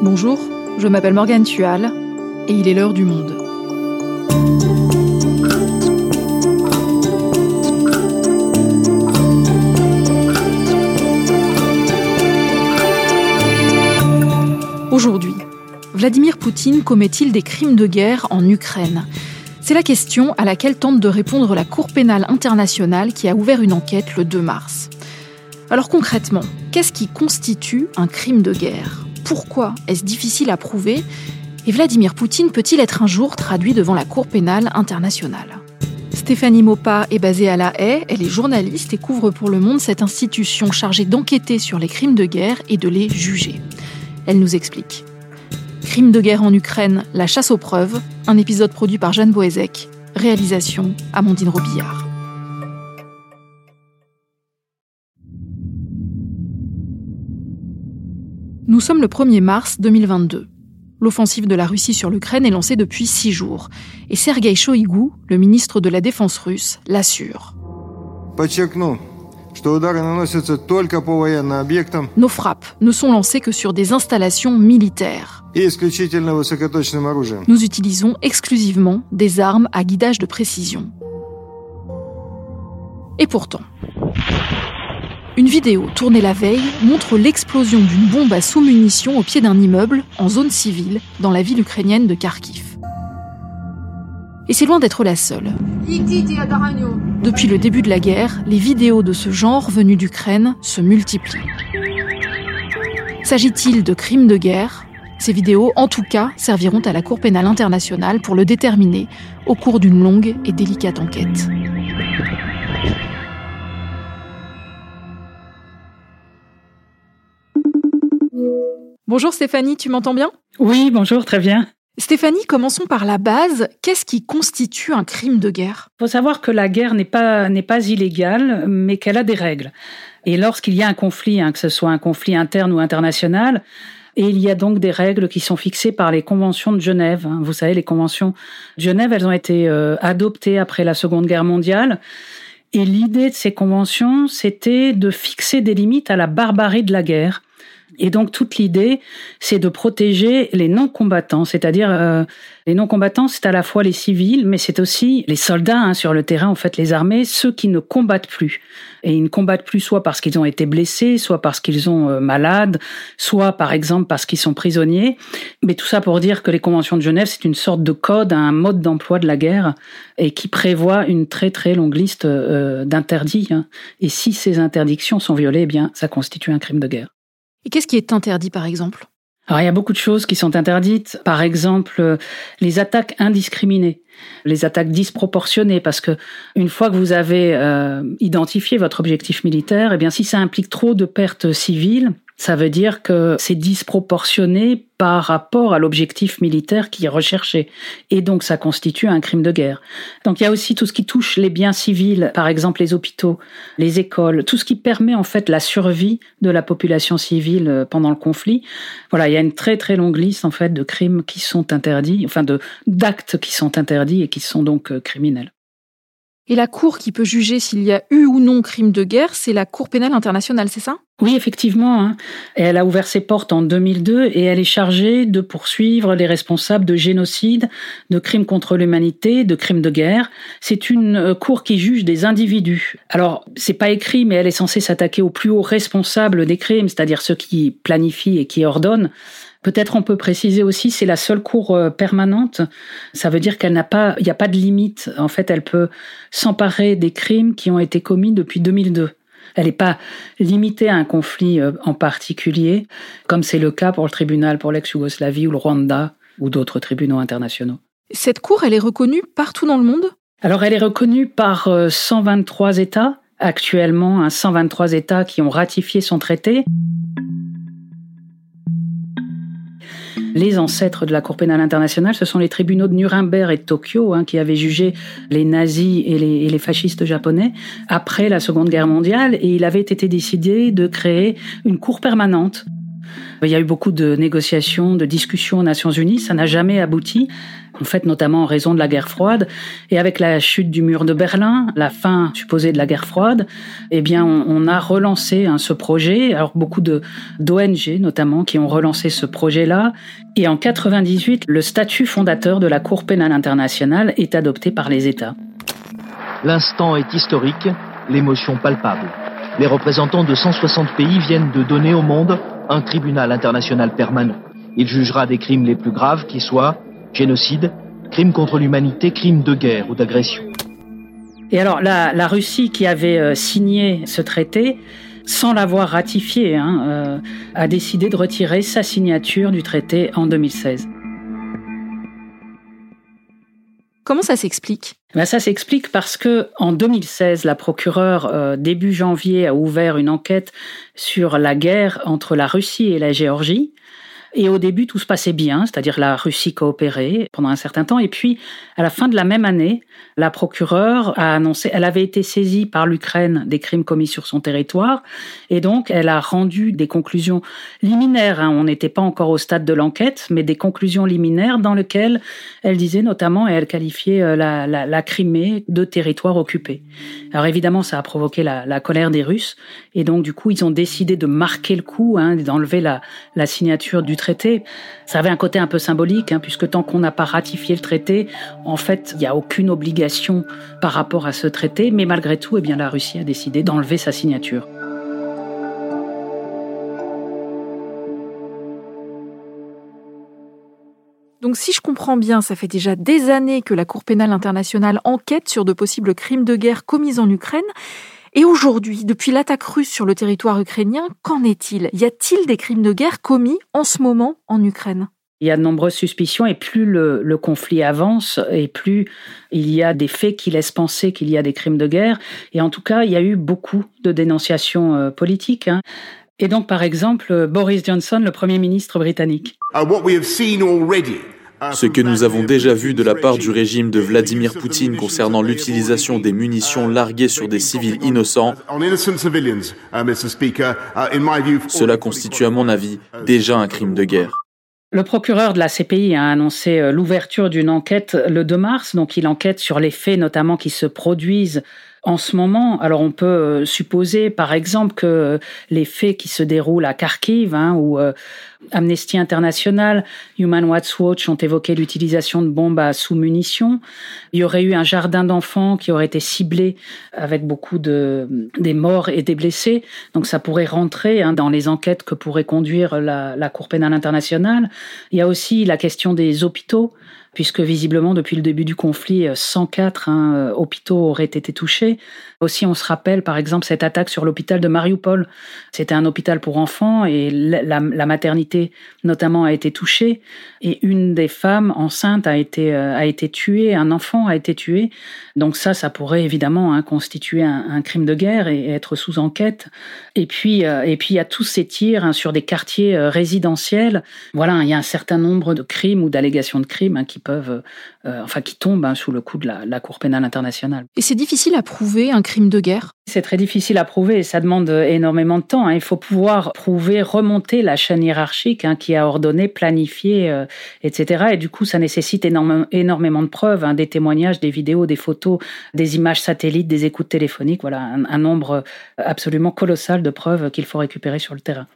Bonjour, je m'appelle Morgane Tual et il est l'heure du monde. Aujourd'hui, Vladimir Poutine commet-il des crimes de guerre en Ukraine ? C'est la question à laquelle tente de répondre la Cour pénale internationale qui a ouvert une enquête le 2 mars. Alors concrètement, qu'est-ce qui constitue un crime de guerre ? Pourquoi est-ce difficile à prouver ? Et Vladimir Poutine peut-il être un jour traduit devant la Cour pénale internationale ? Stéphanie Maupas est basée à La Haye, elle est journaliste et couvre pour Le Monde cette institution chargée d'enquêter sur les crimes de guerre et de les juger. Elle nous explique. Crimes de guerre en Ukraine, la chasse aux preuves, un épisode produit par Jeanne Boézek, réalisation Amandine Robillard. Nous sommes le 1er mars 2022. L'offensive de la Russie sur l'Ukraine est lancée depuis 6 jours. Et Sergueï Shoïgu, le ministre de la Défense russe, l'assure. Nos frappes ne sont lancées que sur des installations militaires. Nous utilisons exclusivement des armes à guidage de précision. Et pourtant, une vidéo tournée la veille montre l'explosion d'une bombe à sous-munitions au pied d'un immeuble en zone civile dans la ville ukrainienne de Kharkiv. Et c'est loin d'être la seule. Depuis le début de la guerre, les vidéos de ce genre venues d'Ukraine se multiplient. S'agit-il de crimes de guerre ? Ces vidéos, en tout cas, serviront à la Cour pénale internationale pour le déterminer au cours d'une longue et délicate enquête. Bonjour Stéphanie, tu m'entends bien ? Oui, bonjour, très bien. Stéphanie, commençons par la base. Qu'est-ce qui constitue un crime de guerre ? Il faut savoir que la guerre n'est pas illégale, mais qu'elle a des règles. Et lorsqu'il y a un conflit, que ce soit un conflit interne ou international, et il y a donc des règles qui sont fixées par les conventions de Genève. Vous savez, les conventions de Genève, elles ont été adoptées après la Seconde Guerre mondiale. Et l'idée de ces conventions, c'était de fixer des limites à la barbarie de la guerre. Et donc, toute l'idée, c'est de protéger les non-combattants. C'est-à-dire, les non-combattants, c'est à la fois les civils, mais c'est aussi les soldats sur le terrain, en fait, les armées, ceux qui ne combattent plus. Et ils ne combattent plus soit parce qu'ils ont été blessés, soit parce qu'ils sont malades, soit, par exemple, parce qu'ils sont prisonniers. Mais tout ça pour dire que les conventions de Genève, c'est une sorte de code, un mode d'emploi de la guerre, et qui prévoit une très, très longue liste d'interdits. Et si ces interdictions sont violées, eh bien, ça constitue un crime de guerre. Et qu'est-ce qui est interdit, par exemple ? Alors, il y a beaucoup de choses qui sont interdites. Par exemple, les attaques indiscriminées, les attaques disproportionnées, parce que une fois que vous avez identifié votre objectif militaire, eh bien, si ça implique trop de pertes civiles, ça veut dire que c'est disproportionné par rapport à l'objectif militaire qui est recherché. Et donc, ça constitue un crime de guerre. Donc, il y a aussi tout ce qui touche les biens civils, par exemple les hôpitaux, les écoles, tout ce qui permet en fait la survie de la population civile pendant le conflit. Voilà, il y a une très très longue liste en fait de crimes qui sont interdits, enfin d'actes qui sont interdits et qui sont donc criminels. Et la Cour qui peut juger s'il y a eu ou non crime de guerre, c'est la Cour pénale internationale, c'est ça ? Oui, effectivement. Elle a ouvert ses portes en 2002 et elle est chargée de poursuivre les responsables de génocide, de crimes contre l'humanité, de crimes de guerre. C'est une cour qui juge des individus. Alors, c'est pas écrit, mais elle est censée s'attaquer aux plus hauts responsables des crimes, c'est-à-dire ceux qui planifient et qui ordonnent. Peut-être on peut préciser aussi, c'est la seule cour permanente. Ça veut dire il n'y a pas de limite. En fait, elle peut s'emparer des crimes qui ont été commis depuis 2002. Elle n'est pas limitée à un conflit en particulier, comme c'est le cas pour le tribunal pour l'ex-Yougoslavie ou le Rwanda ou d'autres tribunaux internationaux. Cette cour, elle est reconnue partout dans le monde ? Alors, elle est reconnue par 123 États, actuellement, 123 États qui ont ratifié son traité. Les ancêtres de la Cour pénale internationale, ce sont les tribunaux de Nuremberg et de Tokyo qui avaient jugé les nazis et les fascistes japonais après la Seconde Guerre mondiale. Et il avait été décidé de créer une cour permanente Il y a eu beaucoup de négociations, de discussions aux Nations Unies, ça n'a jamais abouti, en fait notamment en raison de la guerre froide. Et avec la chute du mur de Berlin, la fin supposée de la guerre froide, eh bien on a relancé ce projet. Alors beaucoup d'ONG notamment qui ont relancé ce projet-là. Et en 98, le statut fondateur de la Cour pénale internationale est adopté par les États. L'instant est historique, l'émotion palpable. Les représentants de 160 pays viennent de donner au monde un tribunal international permanent. Il jugera des crimes les plus graves qui soient génocide, crimes contre l'humanité, crimes de guerre ou d'agression. Et alors la Russie qui avait signé ce traité, sans l'avoir ratifié, a décidé de retirer sa signature du traité en 2016. Comment ça s'explique ? Ça s'explique parce que en 2016, la procureure, début janvier, a ouvert une enquête sur la guerre entre la Russie et la Géorgie. Et au début, tout se passait bien, c'est-à-dire la Russie coopérait pendant un certain temps. Et puis, à la fin de la même année, la procureure a annoncé, elle avait été saisie par l'Ukraine des crimes commis sur son territoire. Et donc, elle a rendu des conclusions liminaires. On n'était pas encore au stade de l'enquête, mais des conclusions liminaires dans lesquelles elle disait notamment, et elle qualifiait la Crimée de territoire occupé. Alors évidemment, ça a provoqué la colère des Russes. Et donc, du coup, ils ont décidé de marquer le coup, d'enlever la signature du traité. Ça avait un côté un peu symbolique, puisque tant qu'on n'a pas ratifié le traité, en fait, il n'y a aucune obligation par rapport à ce traité, mais malgré tout, la Russie a décidé d'enlever sa signature. Donc si je comprends bien, ça fait déjà des années que la Cour pénale internationale enquête sur de possibles crimes de guerre commis en Ukraine. Et aujourd'hui, depuis l'attaque russe sur le territoire ukrainien, qu'en est-il ? Y a-t-il des crimes de guerre commis en ce moment en Ukraine ? Il y a de nombreuses suspicions et plus le conflit avance et plus il y a des faits qui laissent penser qu'il y a des crimes de guerre. Et en tout cas, il y a eu beaucoup de dénonciations politiques. Et donc, par exemple, Boris Johnson, le Premier ministre britannique. Ce que nous avons déjà vu de la part du régime de Vladimir Poutine concernant l'utilisation des munitions larguées sur des civils innocents, cela constitue à mon avis déjà un crime de guerre. Le procureur de la CPI a annoncé l'ouverture d'une enquête le 2 mars, donc il enquête sur les faits notamment qui se produisent en ce moment. Alors on peut supposer par exemple que les faits qui se déroulent à Kharkiv, où Amnesty International, Human Rights Watch ont évoqué l'utilisation de bombes à sous-munitions. Il y aurait eu un jardin d'enfants qui aurait été ciblé avec beaucoup des morts et des blessés. Donc ça pourrait rentrer dans les enquêtes que pourrait conduire la Cour pénale internationale. Il y a aussi la question des hôpitaux, puisque visiblement, depuis le début du conflit, 104 hôpitaux auraient été touchés. Aussi, on se rappelle, par exemple, cette attaque sur l'hôpital de Mariupol. C'était un hôpital pour enfants et la maternité, notamment, a été touchée. Et une des femmes enceintes a été tuée, un enfant a été tué. Donc ça pourrait évidemment constituer un crime de guerre et être sous enquête. Et puis, il y a tous ces tirs sur des quartiers résidentiels. Voilà, il y a un certain nombre de crimes ou d'allégations de crimes qui tombent sous le coup de la Cour pénale internationale. Et c'est difficile à prouver un crime de guerre ? C'est très difficile à prouver et ça demande énormément de temps. Il faut pouvoir prouver, remonter la chaîne hiérarchique qui a ordonné, planifié, etc. Et du coup, ça nécessite énormément de preuves, des témoignages, des vidéos, des photos, des images satellites, des écoutes téléphoniques. Voilà, un nombre absolument colossal de preuves qu'il faut récupérer sur le terrain.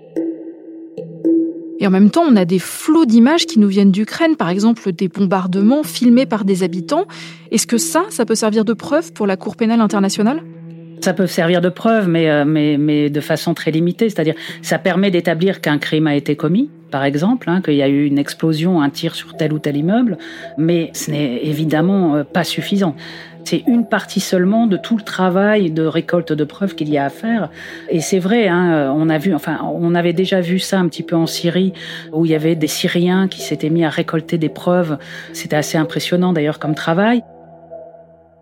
Et en même temps, on a des flots d'images qui nous viennent d'Ukraine, par exemple des bombardements filmés par des habitants. Est-ce que ça peut servir de preuve pour la Cour pénale internationale ? Ça peut servir de preuve, mais de façon très limitée. C'est-à-dire, ça permet d'établir qu'un crime a été commis, par exemple, qu'il y a eu une explosion, un tir sur tel ou tel immeuble, mais ce n'est évidemment pas suffisant. C'est une partie seulement de tout le travail de récolte de preuves qu'il y a à faire. Et c'est vrai, on avait déjà vu ça un petit peu en Syrie, où il y avait des Syriens qui s'étaient mis à récolter des preuves. C'était assez impressionnant d'ailleurs comme travail.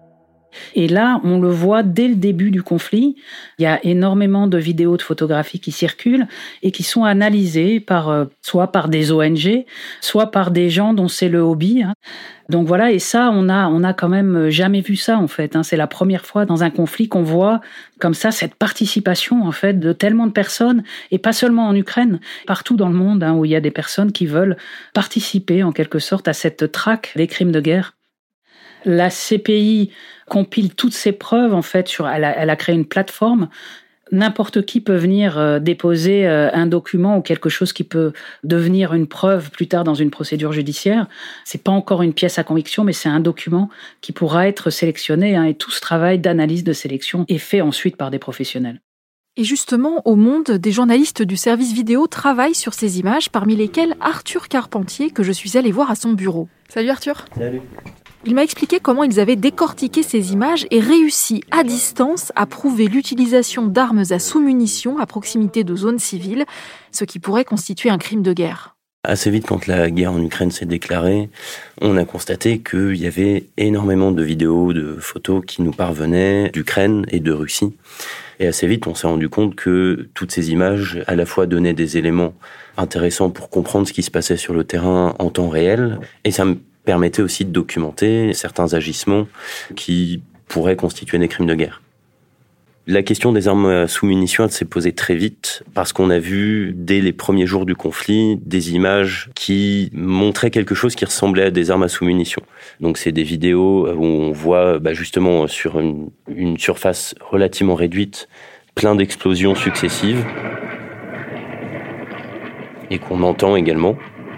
Et là, on le voit dès le début du conflit. Il y a énormément de vidéos, de photographies qui circulent et qui sont analysées soit par des ONG, soit par des gens dont c'est le hobby. Donc voilà, et ça, on a quand même jamais vu ça en fait. C'est la première fois dans un conflit qu'on voit comme ça cette participation en fait de tellement de personnes, et pas seulement en Ukraine, partout dans le monde où il y a des personnes qui veulent participer en quelque sorte à cette traque des crimes de guerre. La CPI compile toutes ces preuves en fait elle a créé une plateforme. N'importe qui peut venir déposer un document ou quelque chose qui peut devenir une preuve plus tard dans une procédure judiciaire. C'est pas encore une pièce à conviction, mais c'est un document qui pourra être sélectionné, et tout ce travail d'analyse de sélection est fait ensuite par des professionnels. Et justement, au Monde, des journalistes du service vidéo travaillent sur ces images, parmi lesquelles Arthur Carpentier, que je suis allée voir à son bureau. Salut Arthur. Salut. Il m'a expliqué comment ils avaient décortiqué ces images et réussi à distance à prouver l'utilisation d'armes à sous-munitions à proximité de zones civiles, ce qui pourrait constituer un crime de guerre. Assez vite, quand la guerre en Ukraine s'est déclarée, on a constaté qu'il y avait énormément de vidéos, de photos qui nous parvenaient d'Ukraine et de Russie. Et assez vite, on s'est rendu compte que toutes ces images, à la fois, donnaient des éléments intéressants pour comprendre ce qui se passait sur le terrain en temps réel, et ça me permettait aussi de documenter certains agissements qui pourraient constituer des crimes de guerre. La question des armes à sous-munitions s'est posée très vite parce qu'on a vu, dès les premiers jours du conflit, des images qui montraient quelque chose qui ressemblait à des armes à sous-munitions. Donc c'est des vidéos où on voit justement sur une surface relativement réduite plein d'explosions successives et qu'on entend également.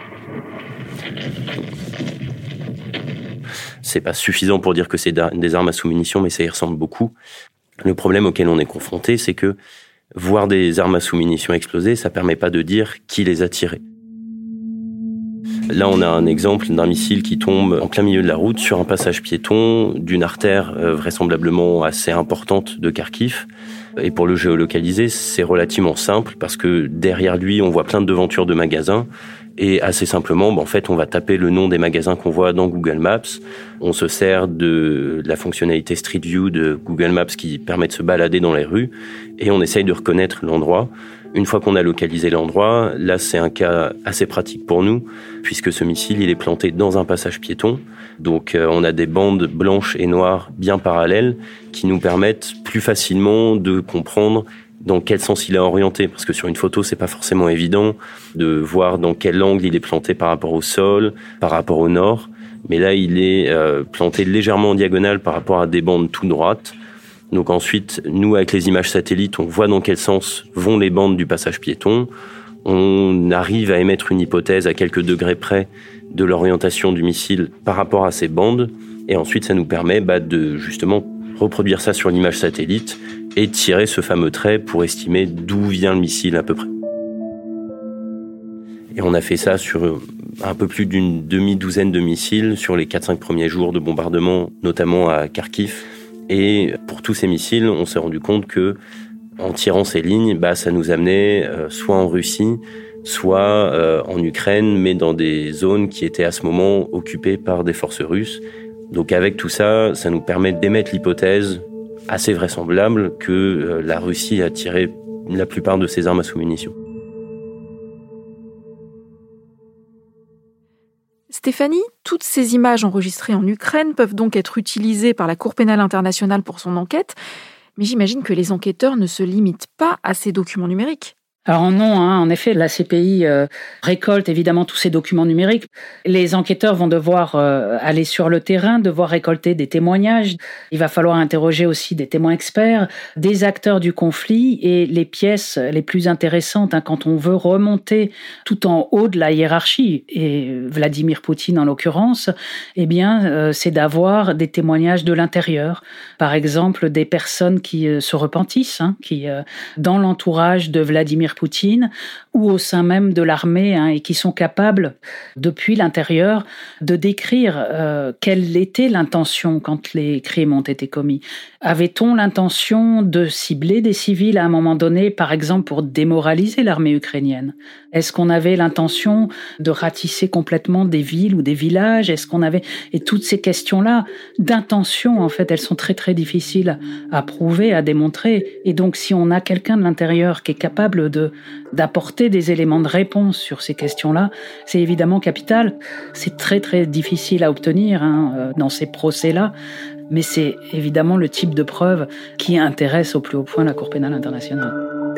C'est pas suffisant pour dire que c'est des armes à sous-munitions, mais ça y ressemble beaucoup. Le problème auquel on est confronté, c'est que voir des armes à sous-munitions exploser, ça permet pas de dire qui les a tirées. Là, on a un exemple d'un missile qui tombe en plein milieu de la route sur un passage piéton d'une artère vraisemblablement assez importante de Kharkiv. Et pour le géolocaliser, c'est relativement simple parce que derrière lui, on voit plein de devantures de magasins. Et assez simplement, en fait, on va taper le nom des magasins qu'on voit dans Google Maps. On se sert de la fonctionnalité Street View de Google Maps qui permet de se balader dans les rues. Et on essaye de reconnaître l'endroit. Une fois qu'on a localisé l'endroit, là, c'est un cas assez pratique pour nous, puisque ce missile, il est planté dans un passage piéton. Donc, on a des bandes blanches et noires bien parallèles qui nous permettent plus facilement de comprendre dans quel sens il est orienté, parce que sur une photo, c'est pas forcément évident de voir dans quel angle il est planté par rapport au sol, par rapport au nord. Mais là, il est planté légèrement en diagonale par rapport à des bandes tout droites. Donc ensuite, nous, avec les images satellites, on voit dans quel sens vont les bandes du passage piéton. On arrive à émettre une hypothèse à quelques degrés près de l'orientation du missile par rapport à ces bandes. Et ensuite, ça nous permet de justement reproduire ça sur l'image satellite et tirer ce fameux trait pour estimer d'où vient le missile à peu près. Et on a fait ça sur un peu plus d'une demi-douzaine de missiles sur les 4-5 premiers jours de bombardement, notamment à Kharkiv. Et pour tous ces missiles, on s'est rendu compte que, en tirant ces lignes, ça nous amenait soit en Russie, soit en Ukraine, mais dans des zones qui étaient à ce moment occupées par des forces russes. Donc avec tout ça, ça nous permet d'émettre l'hypothèse assez vraisemblable que la Russie a tiré la plupart de ses armes à sous-munitions. Stéphanie, toutes ces images enregistrées en Ukraine peuvent donc être utilisées par la Cour pénale internationale pour son enquête, mais j'imagine que les enquêteurs ne se limitent pas à ces documents numériques. Alors non, en effet, la CPI récolte évidemment tous ces documents numériques. Les enquêteurs vont devoir aller sur le terrain, devoir récolter des témoignages. Il va falloir interroger aussi des témoins experts, des acteurs du conflit, et les pièces les plus intéressantes quand on veut remonter tout en haut de la hiérarchie, et Vladimir Poutine en l'occurrence, c'est d'avoir des témoignages de l'intérieur. Par exemple, des personnes qui se repentissent, qui dans l'entourage de Vladimir Vladimir Poutine ou au sein même de l'armée, et qui sont capables, depuis l'intérieur, de décrire quelle était l'intention quand les crimes ont été commis. Avait-on l'intention de cibler des civils à un moment donné, par exemple pour démoraliser l'armée ukrainienne ? Est-ce qu'on avait l'intention de ratisser complètement des villes ou des villages ? Est-ce qu'on avait... Et toutes ces questions-là d'intention, en fait, elles sont très très difficiles à prouver, à démontrer. Et donc, si on a quelqu'un de l'intérieur qui est capable d'apporter des éléments de réponse sur ces questions-là, c'est évidemment capital. C'est très très difficile à obtenir dans ces procès-là, mais c'est évidemment le type de preuve qui intéresse au plus haut point la Cour pénale internationale.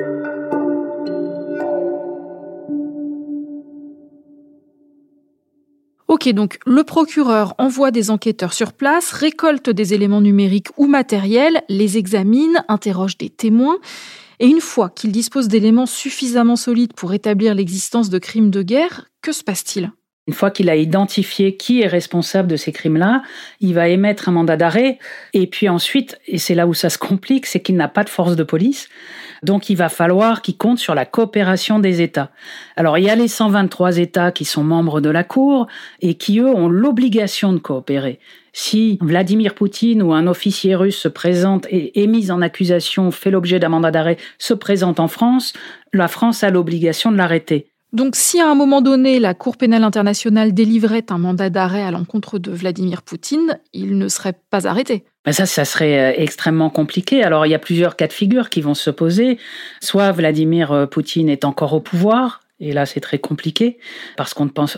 Ok, donc le procureur envoie des enquêteurs sur place, récolte des éléments numériques ou matériels, les examine, interroge des témoins. Et une fois qu'il dispose d'éléments suffisamment solides pour établir l'existence de crimes de guerre, que se passe-t-il ? Une fois qu'il a identifié qui est responsable de ces crimes-là, il va émettre un mandat d'arrêt. Et puis ensuite, et c'est là où ça se complique, c'est qu'il n'a pas de force de police. Donc il va falloir qu'il compte sur la coopération des États. Alors il y a les 123 États qui sont membres de la Cour et qui, eux, ont l'obligation de coopérer. Si Vladimir Poutine ou un officier russe se présente et est mis en accusation, fait l'objet d'un mandat d'arrêt, se présente en France, la France a l'obligation de l'arrêter. Donc si à un moment donné, la Cour pénale internationale délivrait un mandat d'arrêt à l'encontre de Vladimir Poutine, il ne serait pas arrêté. Ça serait extrêmement compliqué. Alors il y a plusieurs cas de figure qui vont se poser. Soit Vladimir Poutine est encore au pouvoir, et là, c'est très compliqué parce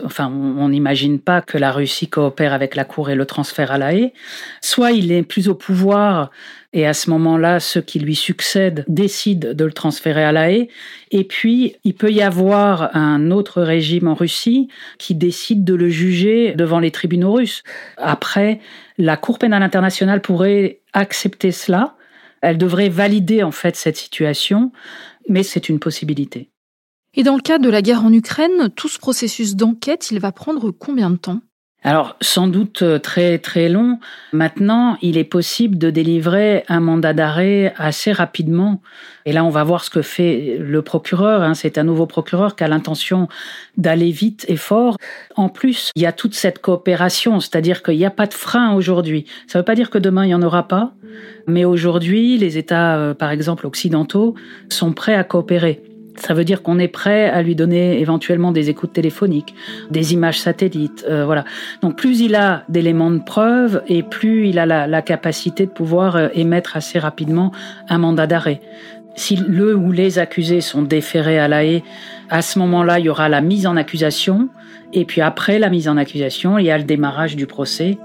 on n'imagine pas que la Russie coopère avec la Cour et le transfère à La Haye. Soit il est plus au pouvoir et à ce moment-là, ceux qui lui succèdent décident de le transférer à La Haye. Et puis, il peut y avoir un autre régime en Russie qui décide de le juger devant les tribunaux russes. Après, la Cour pénale internationale pourrait accepter cela. Elle devrait valider en fait cette situation, mais c'est une possibilité. Et dans le cas de la guerre en Ukraine, tout ce processus d'enquête, il va prendre combien de temps ? Alors, sans doute très très long. Maintenant, il est possible de délivrer un mandat d'arrêt assez rapidement. Et là, on va voir ce que fait le procureur. C'est un nouveau procureur qui a l'intention d'aller vite et fort. En plus, il y a toute cette coopération, c'est-à-dire qu'il n'y a pas de frein aujourd'hui. Ça ne veut pas dire que demain, il n'y en aura pas. Mais aujourd'hui, les États, par exemple, occidentaux, sont prêts à coopérer. Ça veut dire qu'on est prêt à lui donner éventuellement des écoutes téléphoniques, des images satellites, voilà. Donc plus il a d'éléments de preuve et plus il a la capacité de pouvoir émettre assez rapidement un mandat d'arrêt. Si le ou les accusés sont déférés à La Haye, à ce moment-là, il y aura la mise en accusation et puis après la mise en accusation, il y a le démarrage du procès.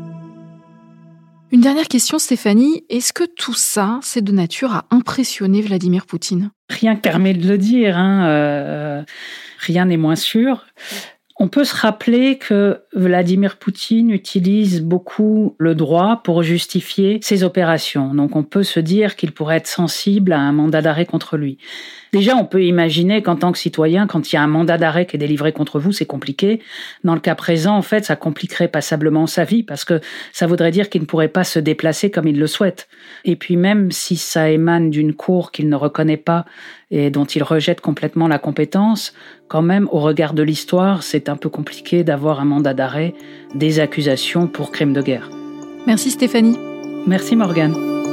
Une dernière question, Stéphanie. Est-ce que tout ça, c'est de nature à impressionner Vladimir Poutine ? Rien que permet de le dire, rien n'est moins sûr. On peut se rappeler que Vladimir Poutine utilise beaucoup le droit pour justifier ses opérations. Donc on peut se dire qu'il pourrait être sensible à un mandat d'arrêt contre lui. Déjà, on peut imaginer qu'en tant que citoyen, quand il y a un mandat d'arrêt qui est délivré contre vous, c'est compliqué. Dans le cas présent, en fait, ça compliquerait passablement sa vie parce que ça voudrait dire qu'il ne pourrait pas se déplacer comme il le souhaite. Et puis même si ça émane d'une cour qu'il ne reconnaît pas et dont il rejette complètement la compétence, quand même, au regard de l'histoire, c'est un peu compliqué d'avoir un mandat d'arrêt, des accusations pour crimes de guerre. Merci Stéphanie. Merci Morgane.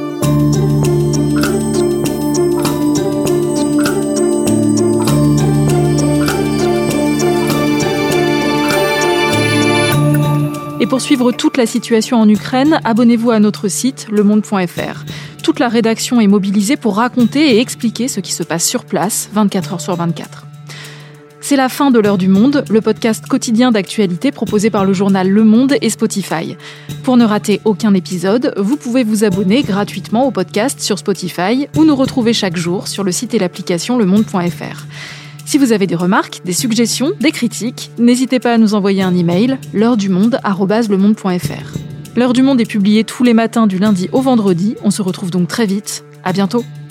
Et pour suivre toute la situation en Ukraine, abonnez-vous à notre site lemonde.fr. Toute la rédaction est mobilisée pour raconter et expliquer ce qui se passe sur place, 24 heures sur 24. C'est la fin de l'Heure du Monde, le podcast quotidien d'actualité proposé par le journal Le Monde et Spotify. Pour ne rater aucun épisode, vous pouvez vous abonner gratuitement au podcast sur Spotify ou nous retrouver chaque jour sur le site et l'application lemonde.fr. Si vous avez des remarques, des suggestions, des critiques, n'hésitez pas à nous envoyer un email, l'heuredumonde@lemonde.fr. L'Heure du Monde est publiée tous les matins du lundi au vendredi. On se retrouve donc très vite. À bientôt.